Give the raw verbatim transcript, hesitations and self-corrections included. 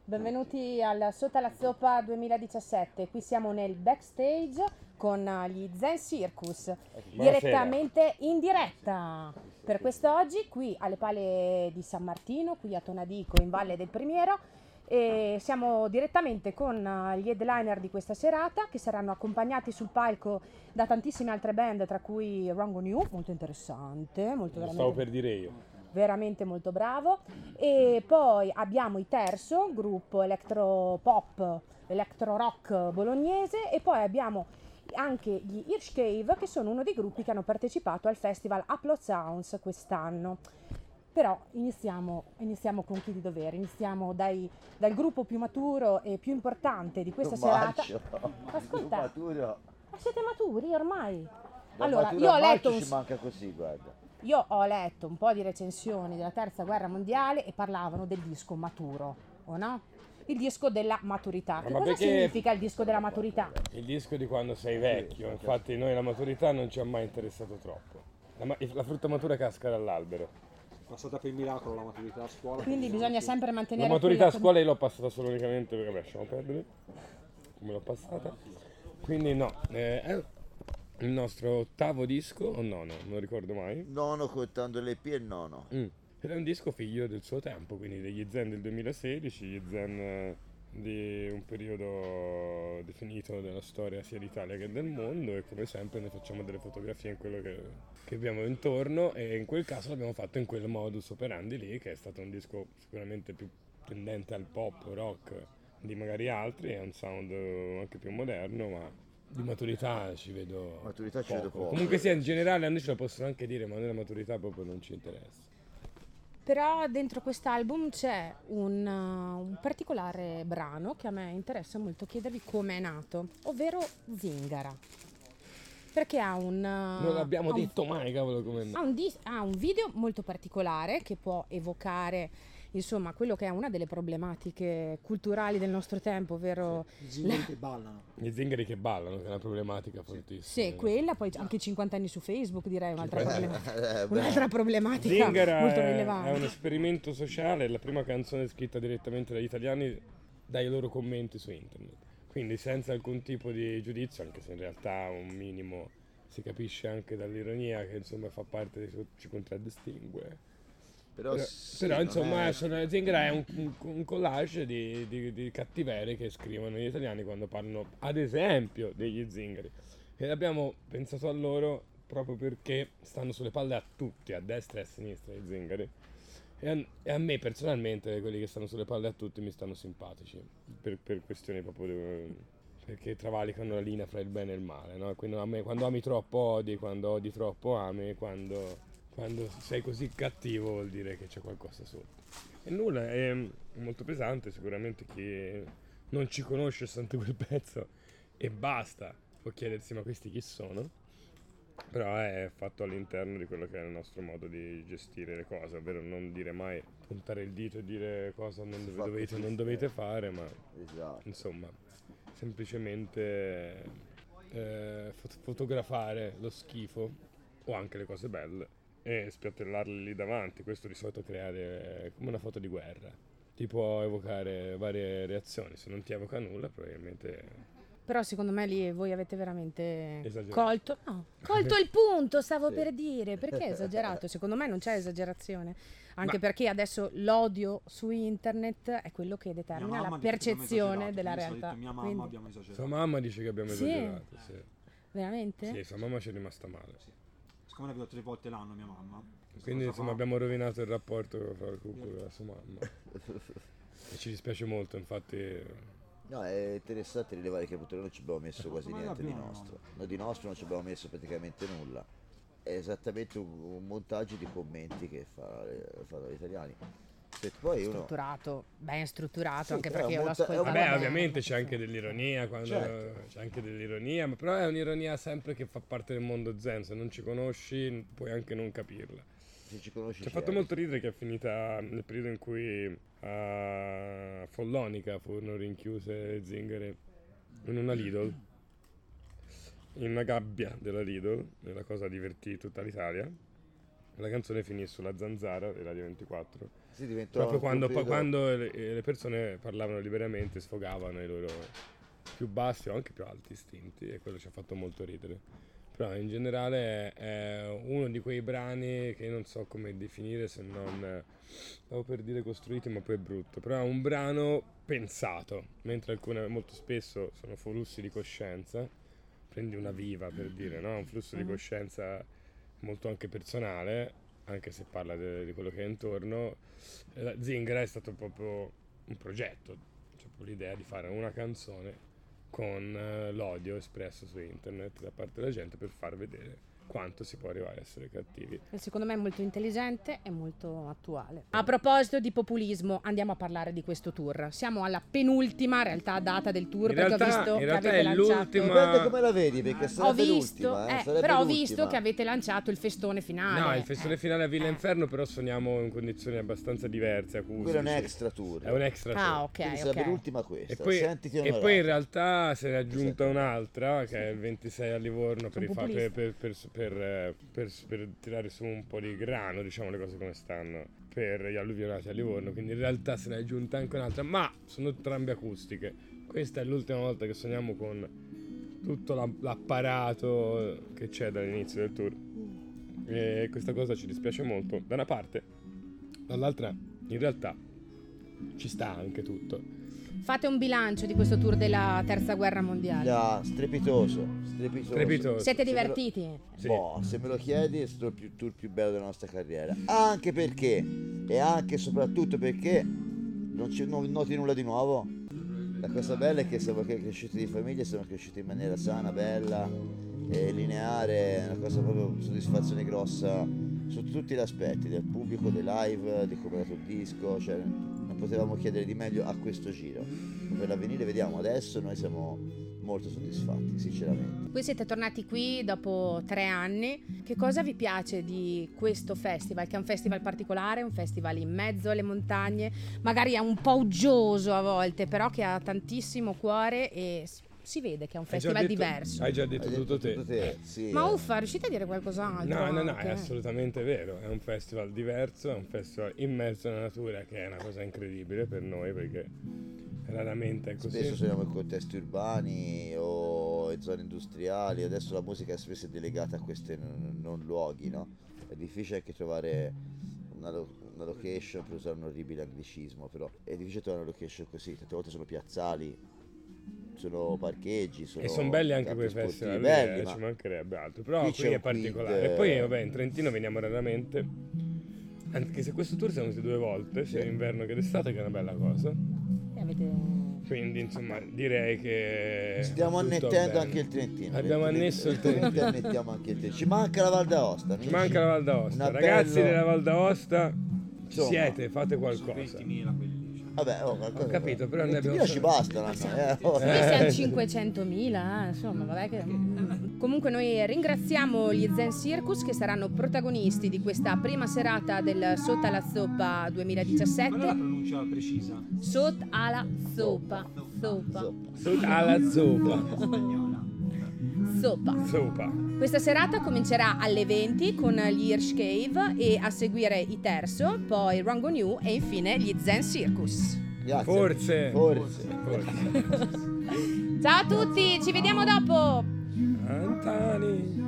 benvenuti al Sotto la Zoppa duemiladiciassette. Qui siamo nel backstage con gli Zen Circus, direttamente in diretta per quest'oggi qui alle Pale di San Martino, qui a Tonadico in Valle del Primiero, e siamo direttamente con gli headliner di questa serata che saranno accompagnati sul palco da tantissime altre band, tra cui Rango New, molto interessante, molto Lo veramente... stavo per dire io. veramente molto bravo, e poi abbiamo i Terzo, gruppo electro pop, electro rock bolognese, e poi abbiamo anche gli Hirsch Cave, che sono uno dei gruppi che hanno partecipato al festival Upload Sounds quest'anno. Però iniziamo, iniziamo con chi di dovere, iniziamo dai, dal gruppo più maturo e più importante di questa serata. Ascolta, maturo. ma siete maturi ormai? Da Allora, maturo io a ho letto marcio un... ci manca così, guarda. Io ho letto un po' di recensioni della terza guerra mondiale e parlavano del disco maturo, o no? Il disco della maturità. Che Ma cosa perché- significa il disco della maturità? Il disco di quando sei vecchio, infatti noi la maturità non ci ha mai interessato troppo. La, ma- la frutta matura casca dall'albero. Passata per miracolo la maturità a scuola. Quindi bisogna sempre La mantenere maturità a quella- scuola io l'ho passata solo unicamente perché vabbè, lasciamo perdere come l'ho passata. Quindi no, eh, è il nostro ottavo disco o nono, non lo ricordo mai. Nono contando l'E P e il nono. Mm. Ed è un disco figlio del suo tempo, quindi degli Zen del duemilasedici, gli Zen eh, di un periodo definito della storia sia d'Italia che del mondo, e come sempre ne facciamo delle fotografie in quello che, che abbiamo intorno, e in quel caso l'abbiamo fatto in quel modus operandi lì, che è stato un disco sicuramente più tendente al pop, rock di magari altri, è un sound anche più moderno, ma di maturità ci vedo Maturità ci vedo poco. Comunque sia, in generale a noi ce la possono anche dire, ma a noi la maturità proprio non ci interessa. Però dentro quest'album c'è un, uh, un particolare brano che a me interessa molto chiedervi come è nato, ovvero Zingara. Perché ha un... uh, Non l'abbiamo ha un- detto mai, cavolo, come Ha un, dis- ha un video molto particolare che può evocare, insomma, quello che è una delle problematiche culturali del nostro tempo, ovvero I zingari che ballano. Gli zingari che ballano, che è una problematica fortissima. sì, quella, poi anche cinquanta anni su Facebook, direi un'altra, problematica, Eh, beh. un'altra problematica Zingara molto è, è rilevante. un esperimento sociale, è la prima canzone scritta direttamente dagli italiani dai loro commenti su internet. Quindi senza alcun tipo di giudizio, anche se in realtà un minimo si capisce anche dall'ironia che insomma fa parte di ciò che ci contraddistingue. Però, Però, sì, però, non insomma, è- sono, Zingara è un, un- un collage di, di, di cattiverie che scrivono gli italiani quando parlano, ad esempio, degli zingari. E abbiamo pensato a loro proprio perché stanno sulle palle a tutti, a destra e a sinistra, gli zingari. E a, e a me personalmente, quelli che stanno sulle palle a tutti, mi stanno simpatici, per, per questioni proprio... di- perché travalicano la linea fra il bene e il male, no? Quindi a me, quando ami troppo odi, quando odi troppo ami, quando... Quando sei così cattivo vuol dire che c'è qualcosa sotto. E nulla, è molto pesante, sicuramente chi non ci conosce sente quel pezzo e basta, può chiedersi ma questi chi sono? Però è fatto all'interno di quello che è il nostro modo di gestire le cose, ovvero non dire mai, puntare il dito e dire cosa non, dove- fa dovete, così, non dovete fare, ma Esatto. insomma, semplicemente eh, fot- fotografare lo schifo o anche le cose belle e spiattellarle lì davanti. Questo di solito creare eh, come una foto di guerra, ti può evocare varie reazioni. Se non ti evoca nulla probabilmente Però secondo me lì voi avete veramente Esagerato. colto, no, colto il punto, stavo Sì. per dire, perché è esagerato? Secondo me non c'è esagerazione, anche Ma- perché adesso l'odio su internet è quello che Mia determina mamma la ha detto che abbiamo percezione esagerato, della quindi se ha realtà. detto mia mamma Quindi, abbiamo esagerato. sua mamma dice che abbiamo Sì. esagerato, sì. veramente? Sì, sua mamma ci è rimasta male. Siccome la vedo tre volte l'anno mia mamma. questa Quindi cosa insomma fa- abbiamo rovinato il rapporto fra il cucolo e la sua mamma. E ci dispiace molto, infatti. No, è interessante rilevare che purtroppo non ci abbiamo messo quasi Ma niente di l'abbiamo, nostro. Noi di nostro non ci abbiamo messo praticamente nulla. È esattamente un, un montaggio di commenti che fa, fa dagli italiani. Se poi uno... Strutturato, ben strutturato, Sì, anche però perché io l'ho molta- è un- ascoltato. Vabbè, bene. ovviamente c'è anche dell'ironia, quando Certo. c'è anche dell'ironia, ma però è un'ironia sempre che fa parte del mondo zen, se non ci conosci puoi anche non capirla. Se ci conosci Ci ha ci fatto eri. molto ridere che è finita nel periodo in cui a Follonica furono rinchiuse le zingare in una Lidl, in una gabbia della Lidl, e la cosa divertì tutta l'Italia. La canzone finì sulla zanzara di Radio ventiquattro si diventava proprio quando, un periodo- quando le, le persone parlavano liberamente, sfogavano i loro più bassi o anche più alti istinti, e quello ci ha fatto molto ridere. Però in generale è, è uno di quei brani che non so come definire, se non eh, stavo per dire costruiti, ma poi è brutto, però è un brano pensato, mentre alcune molto spesso sono flussi di coscienza. Prendi una viva, per dire, no? Un flusso di coscienza molto anche personale, anche se parla de- di quello che è intorno. Eh, La Zingara è stato proprio un progetto, cioè proprio l'idea di fare una canzone con eh, l'odio espresso su internet da parte della gente, per far vedere quanto si può arrivare a essere cattivi. E secondo me è molto intelligente e molto attuale. A proposito di populismo, andiamo a parlare di questo tour. Siamo alla penultima, in realtà, data del tour, In perché realtà- ho visto in che realtà avete è lanciato... l'ultima- Dipende come la vedi, perché sarà Ho visto, l'ultima, eh, eh, sarebbe però ho l'ultima. visto che avete lanciato il festone finale. No, il festone Eh. finale a Villa Eh. Inferno, però suoniamo in condizioni abbastanza diverse, acustici. Quello è un extra tour. È un extra Ah, tour. ok, Quindi sarebbe ok. l'ultima questa. E poi, Sentiti e onorato. poi in realtà se ne è aggiunta Senti. un'altra, che è il ventisei a Livorno, per, Sono i fa- populista. per, per, per, per, eh, per- per tirare su un po' di grano, diciamo le cose come stanno, per gli alluvionati a Livorno. Quindi in realtà se ne è aggiunta anche un'altra, ma sono entrambe acustiche. Questa è l'ultima volta che suoniamo con tutto la- l'apparato che c'è dall'inizio del tour, e questa cosa ci dispiace molto da una parte, dall'altra in realtà ci sta anche tutto. Fate un bilancio di questo tour della terza guerra mondiale. Ah, strepitoso, strepitoso. Strepitoso. Siete Se me lo- divertiti? Sì. Boh, se me lo chiedi è stato il più- tour più bello della nostra carriera. Anche perché, e anche e soprattutto perché non ci non noti nulla di nuovo. La cosa bella è che siamo cre- cresciuti di famiglia, siamo cresciuti in maniera sana, bella, e lineare, è una cosa proprio soddisfazione grossa su tutti gli aspetti, del pubblico, dei live, di come è andato il disco, cioè non potevamo chiedere di meglio a questo giro. Per l'avvenire vediamo, adesso noi siamo molto soddisfatti, sinceramente. Voi siete tornati qui dopo tre anni. Che cosa vi piace di questo festival? Che è un festival particolare, un festival in mezzo alle montagne, magari è un po' uggioso a volte, però che ha tantissimo cuore e s- si vede che è un Hai già festival detto- diverso. Hai già detto Hai tutto detto te. tutto te, sì, Ma eh. uffa, riuscite a dire qualcos'altro? No, no, no, anche? è assolutamente vero. È un festival diverso, è un festival immerso nella natura, che è una cosa incredibile per noi, perché raramente è così. Spesso suoniamo in contesti urbani o in zone industriali, adesso la musica spesso è delegata a questi non, non luoghi, no? È difficile anche trovare una, lo- una location, per usare un orribile anglicismo, però è difficile trovare una location così, tante volte sono piazzali, sono parcheggi, sono E sono belli anche campi quei sportivi festival, belli, eh, ma ci mancherebbe altro. Però qui qui, c'è è un quid, particolare. E eh, poi, vabbè, in Trentino veniamo raramente. Anche se questo tour siamo venuti due volte, sia Sì. d'inverno che d'estate, che è una bella cosa. E avete... Quindi, insomma, direi che. stiamo va tutto annettendo bene. anche il Trentino. Abbiamo lentamente- annesso il lentamente Trentino. annettiamo anche il Trentino. Ci manca la Val d'Aosta, Ci amici. manca la Val d'Aosta. Un Ragazzi appello- della Val d'Aosta, ci Insomma, siete, fate Su qualcosa. ventimila quelli lì. cioè. Vabbè, oh, qualcosa- Ho capito, però noi abbiamo ventimila ci solo- bastano a noi, eh. oh. Noi siamo cinquecentomila, eh, insomma, vabbè che... Comunque noi ringraziamo gli Zen Circus che saranno protagonisti di questa prima serata del Sot alla Zoppa Qual è la duemiladiciassette. pronuncia precisa? Sot alla Zoppa, Zoppa, Sud alla zuppa. Spagnola. Zoppa. Zuppa. Questa serata comincerà alle venti con gli Hirsch Cave e a seguire i Terzo, poi Rango New e infine gli Zen Circus. Grazie. Forse. Forse. Forse. Ciao a tutti, ci vediamo dopo! Antani.